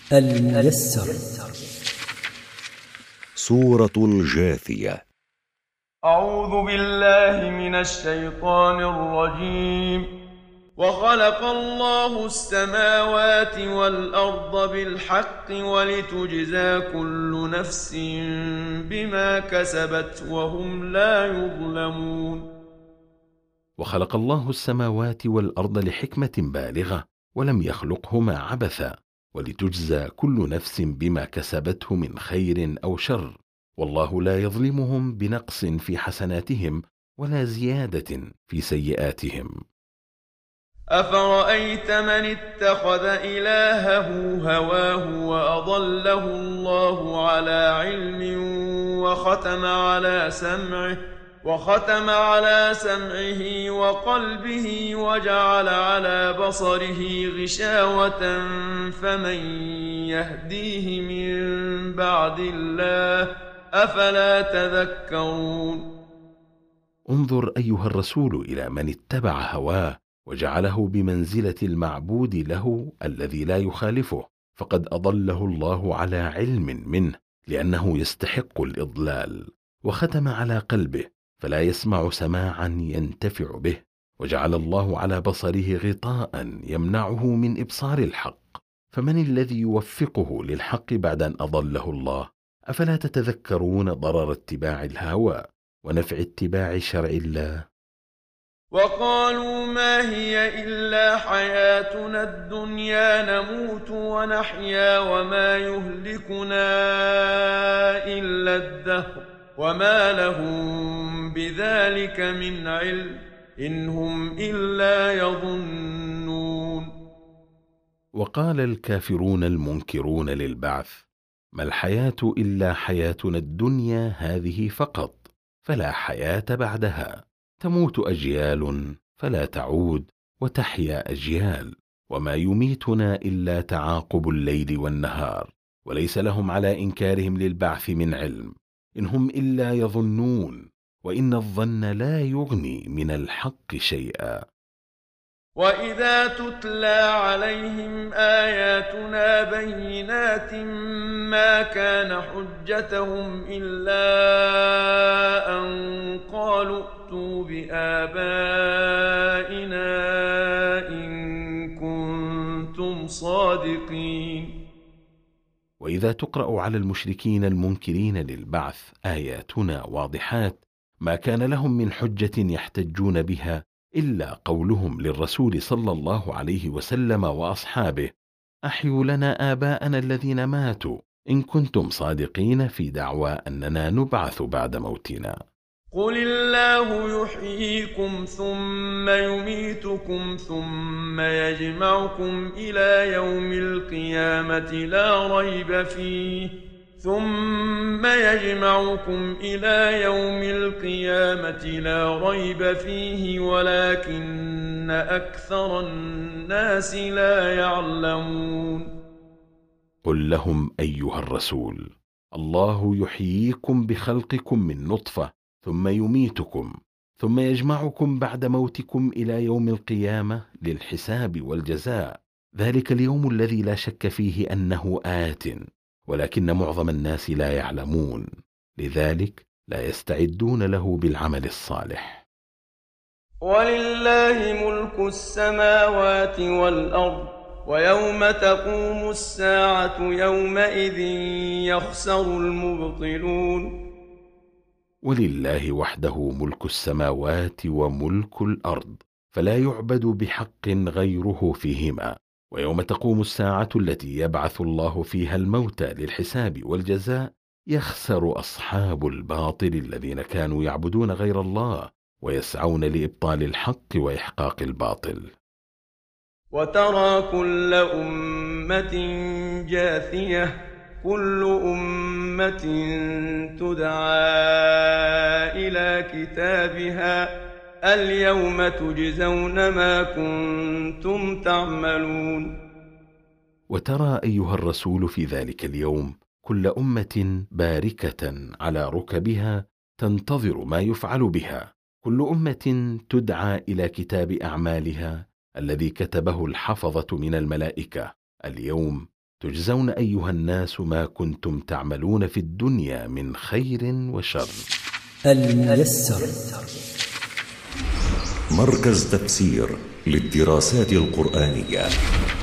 الميسر. سورة الجاثية. أعوذ بالله من الشيطان الرجيم. وخلق الله السماوات والأرض بالحق ولتجزى كل نفس بما كسبت وهم لا يظلمون. وخلق الله السماوات والأرض لحكمة بالغة، ولم يخلقهما عبثا، ولتجزى كل نفس بما كسبته من خير أو شر، والله لا يظلمهم بنقص في حسناتهم ولا زيادة في سيئاتهم. أفرأيت من اتخذ إلهه هواه وأضله الله على علم وختم على سمعه وقلبه وجعل على بصره غشاوة فمن يهديه من بعد الله أفلا تذكرون. انظر أيها الرسول إلى من اتبع هواه وجعله بمنزلة المعبود له الذي لا يخالفه، فقد أضله الله على علم منه لأنه يستحق الإضلال، وختم على قلبه فلا يسمع سماعا ينتفع به، وجعل الله على بصره غطاء يمنعه من إبصار الحق، فمن الذي يوفقه للحق بعد أن أضله الله؟ أفلا تتذكرون ضرر اتباع الهوى ونفع اتباع شرع الله؟ وقالوا ما هي إلا حياتنا الدنيا نموت ونحيا وما يهلكنا إلا الدهر وما لهم بذلك من علم إن هم إلا يظنون. وقال الكافرون المنكرون للبعث: ما الحياة إلا حياتنا الدنيا هذه فقط، فلا حياة بعدها، تموت أجيال فلا تعود وتحيا أجيال، وما يميتنا إلا تعاقب الليل والنهار، وليس لهم على إنكارهم للبعث من علم إن هم إلا يظنون، وإن الظن لا يغني من الحق شيئا. وإذا تتلى عليهم آياتنا بينات ما كان حجتهم إلا أن قالوا ائتوا بآبائنا إن كنتم صادقين. وإذا تقرأ على المشركين المنكرين للبعث آياتنا واضحات ما كان لهم من حجة يحتجون بها إلا قولهم للرسول صلى الله عليه وسلم وأصحابه: أحيوا لنا آباءنا الذين ماتوا إن كنتم صادقين في دعوى أننا نبعث بعد موتنا. قل الله يحييكم ثم يميتكم ثم يجمعكم إلى يوم القيامة لا ريب فيه ولكن أكثر الناس لا يعلمون. قل لهم أيها الرسول: الله يحييكم بخلقكم من نطفة ثم يميتكم ثم يجمعكم بعد موتكم إلى يوم القيامة للحساب والجزاء، ذلك اليوم الذي لا شك فيه أنه آت، ولكن معظم الناس لا يعلمون، لذلك لا يستعدون له بالعمل الصالح. ولله ملك السماوات والأرض ويوم تقوم الساعة يومئذ يخسر المبطلون. ولله وحده ملك السماوات وملك الأرض، فلا يعبد بحق غيره فيهما، ويوم تقوم الساعة التي يبعث الله فيها الموتى للحساب والجزاء يخسر أصحاب الباطل الذين كانوا يعبدون غير الله ويسعون لإبطال الحق وإحقاق الباطل. وترى كل أمة جاثية كل أمة تدعى إلى كتابها اليوم تجزون ما كنتم تعملون. وترى أيها الرسول في ذلك اليوم كل أمة باركة على ركبها تنتظر ما يفعل بها، كل أمة تدعى إلى كتاب أعمالها الذي كتبه الحفظة من الملائكة اليوم تجزون أيها الناس ما كنتم تعملون في الدنيا من خير وشر. الميسر. مركز تفسير للدراسات القرآنية.